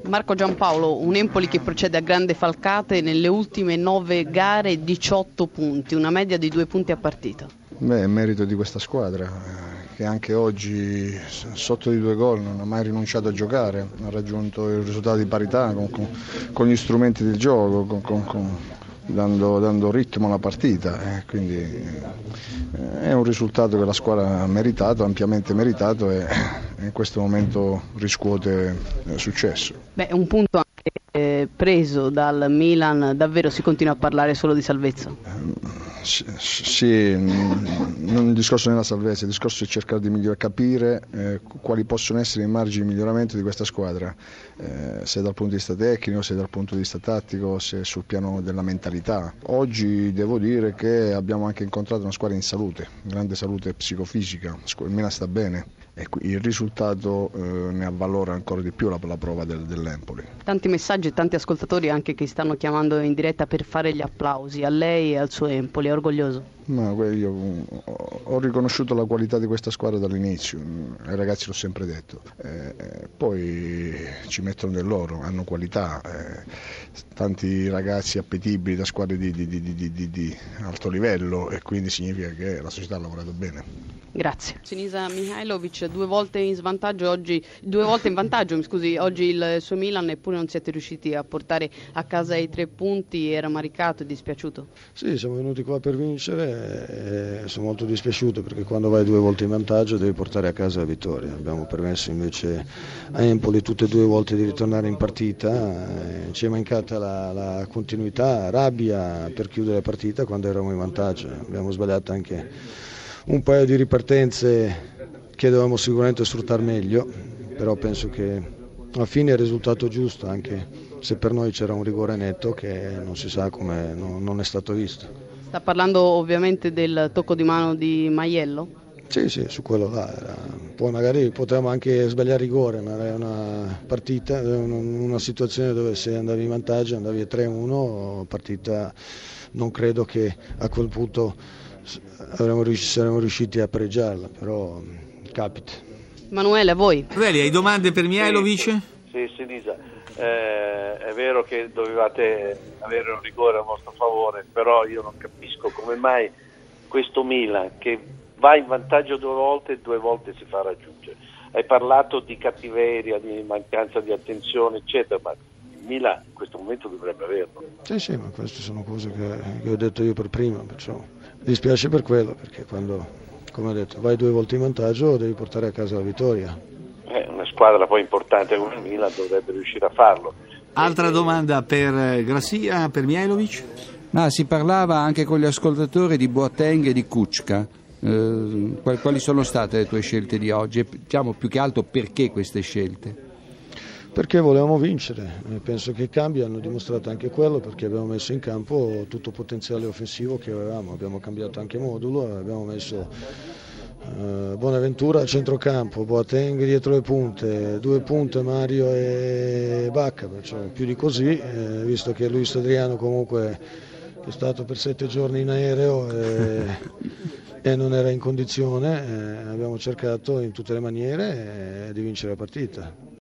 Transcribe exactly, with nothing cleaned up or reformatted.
Marco Giampaolo, un Empoli che procede a grande falcate, nelle ultime nove gare diciotto punti, una media di due punti a partita. Beh, è merito di questa squadra eh, che anche oggi sotto di due gol non ha mai rinunciato a giocare, ha raggiunto il risultato di parità con, con, con gli strumenti del gioco, con, con, con, dando, dando ritmo alla partita, eh, quindi eh, è un risultato che la squadra ha meritato, ampiamente meritato e in questo momento riscuote eh, successo. Beh, un punto anche eh, preso dal Milan, davvero si continua a parlare solo di salvezza? Sì, non il discorso nella salvezza, il discorso è cercare di migliorare, capire eh, quali possono essere i margini di miglioramento di questa squadra, eh, se dal punto di vista tecnico, se dal punto di vista tattico, se sul piano della mentalità. Oggi devo dire che abbiamo anche incontrato una squadra in salute, grande salute psicofisica, il Milan sta bene e il risultato eh, ne avvalora ancora di più la, la prova del, dell'Empoli. Tanti messaggi e tanti ascoltatori anche che stanno chiamando in diretta per fare gli applausi a lei e al suo Empoli, è orgoglioso? Ma io ho riconosciuto la qualità di questa squadra dall'inizio, ai ragazzi l'ho sempre detto, eh, poi ci mettono del loro, hanno qualità, eh, tanti ragazzi appetibili da squadre di, di, di, di, di, di alto livello e quindi significa che la società ha lavorato bene. Grazie. Sinisa Mihajlovic due volte in svantaggio oggi, due volte in vantaggio, mi scusi, oggi il suo Milan eppure non siete riusciti a portare a casa i tre punti, era maricato e dispiaciuto? Sì, siamo venuti qua per vincere e sono molto dispiaciuto perché quando vai due volte in vantaggio devi portare a casa la vittoria. Abbiamo permesso invece a Empoli tutte e due volte di ritornare in partita, ci è mancata la, la continuità, rabbia per chiudere la partita quando eravamo in vantaggio. Abbiamo sbagliato anche un paio di ripartenze che dovevamo sicuramente sfruttare meglio, però penso che alla fine è il risultato giusto, anche se per noi c'era un rigore netto che non si sa come non è stato visto. Sta parlando ovviamente del tocco di mano di Maiello? Sì, sì, su quello là. Era. Poi magari potevamo anche sbagliare rigore, ma era una partita, una situazione dove se andavi in vantaggio, andavi a tre a uno, partita non credo che a quel punto Avremmo riusciti, saremmo riusciti a pareggiarla, però capita. Emanuele, a voi. Veli, hai domande per Mihajlovic? Sì, sì, sì Lisa. Eh, è vero che dovevate avere un rigore a vostro favore, però io non capisco come mai questo Milan che va in vantaggio due volte e due volte si fa raggiungere. Hai parlato di cattiveria, di mancanza di attenzione, eccetera, ma il Milan in questo momento dovrebbe averlo. Sì, sì, ma queste sono cose che, che ho detto io per prima, perciò mi dispiace per quello, perché quando, come ho detto, vai due volte in vantaggio devi portare a casa la vittoria. Eh, una squadra poi importante come il Milan dovrebbe riuscire a farlo. Altra domanda per Gracia, per Mihajlovic? No, si parlava anche con gli ascoltatori di Boateng e di Kučka. Eh, quali sono state le tue scelte di oggi? E diciamo più che altro perché queste scelte? Perché volevamo vincere, penso che i cambi hanno dimostrato anche quello, perché abbiamo messo in campo tutto il potenziale offensivo che avevamo, abbiamo cambiato anche modulo, abbiamo messo eh, Bonaventura a centrocampo, Boateng dietro le punte, due punte Mario e Bacca, perciò più di così, eh, visto che Luis Adriano comunque è stato per sette giorni in aereo e, e non era in condizione, eh, abbiamo cercato in tutte le maniere eh, di vincere la partita.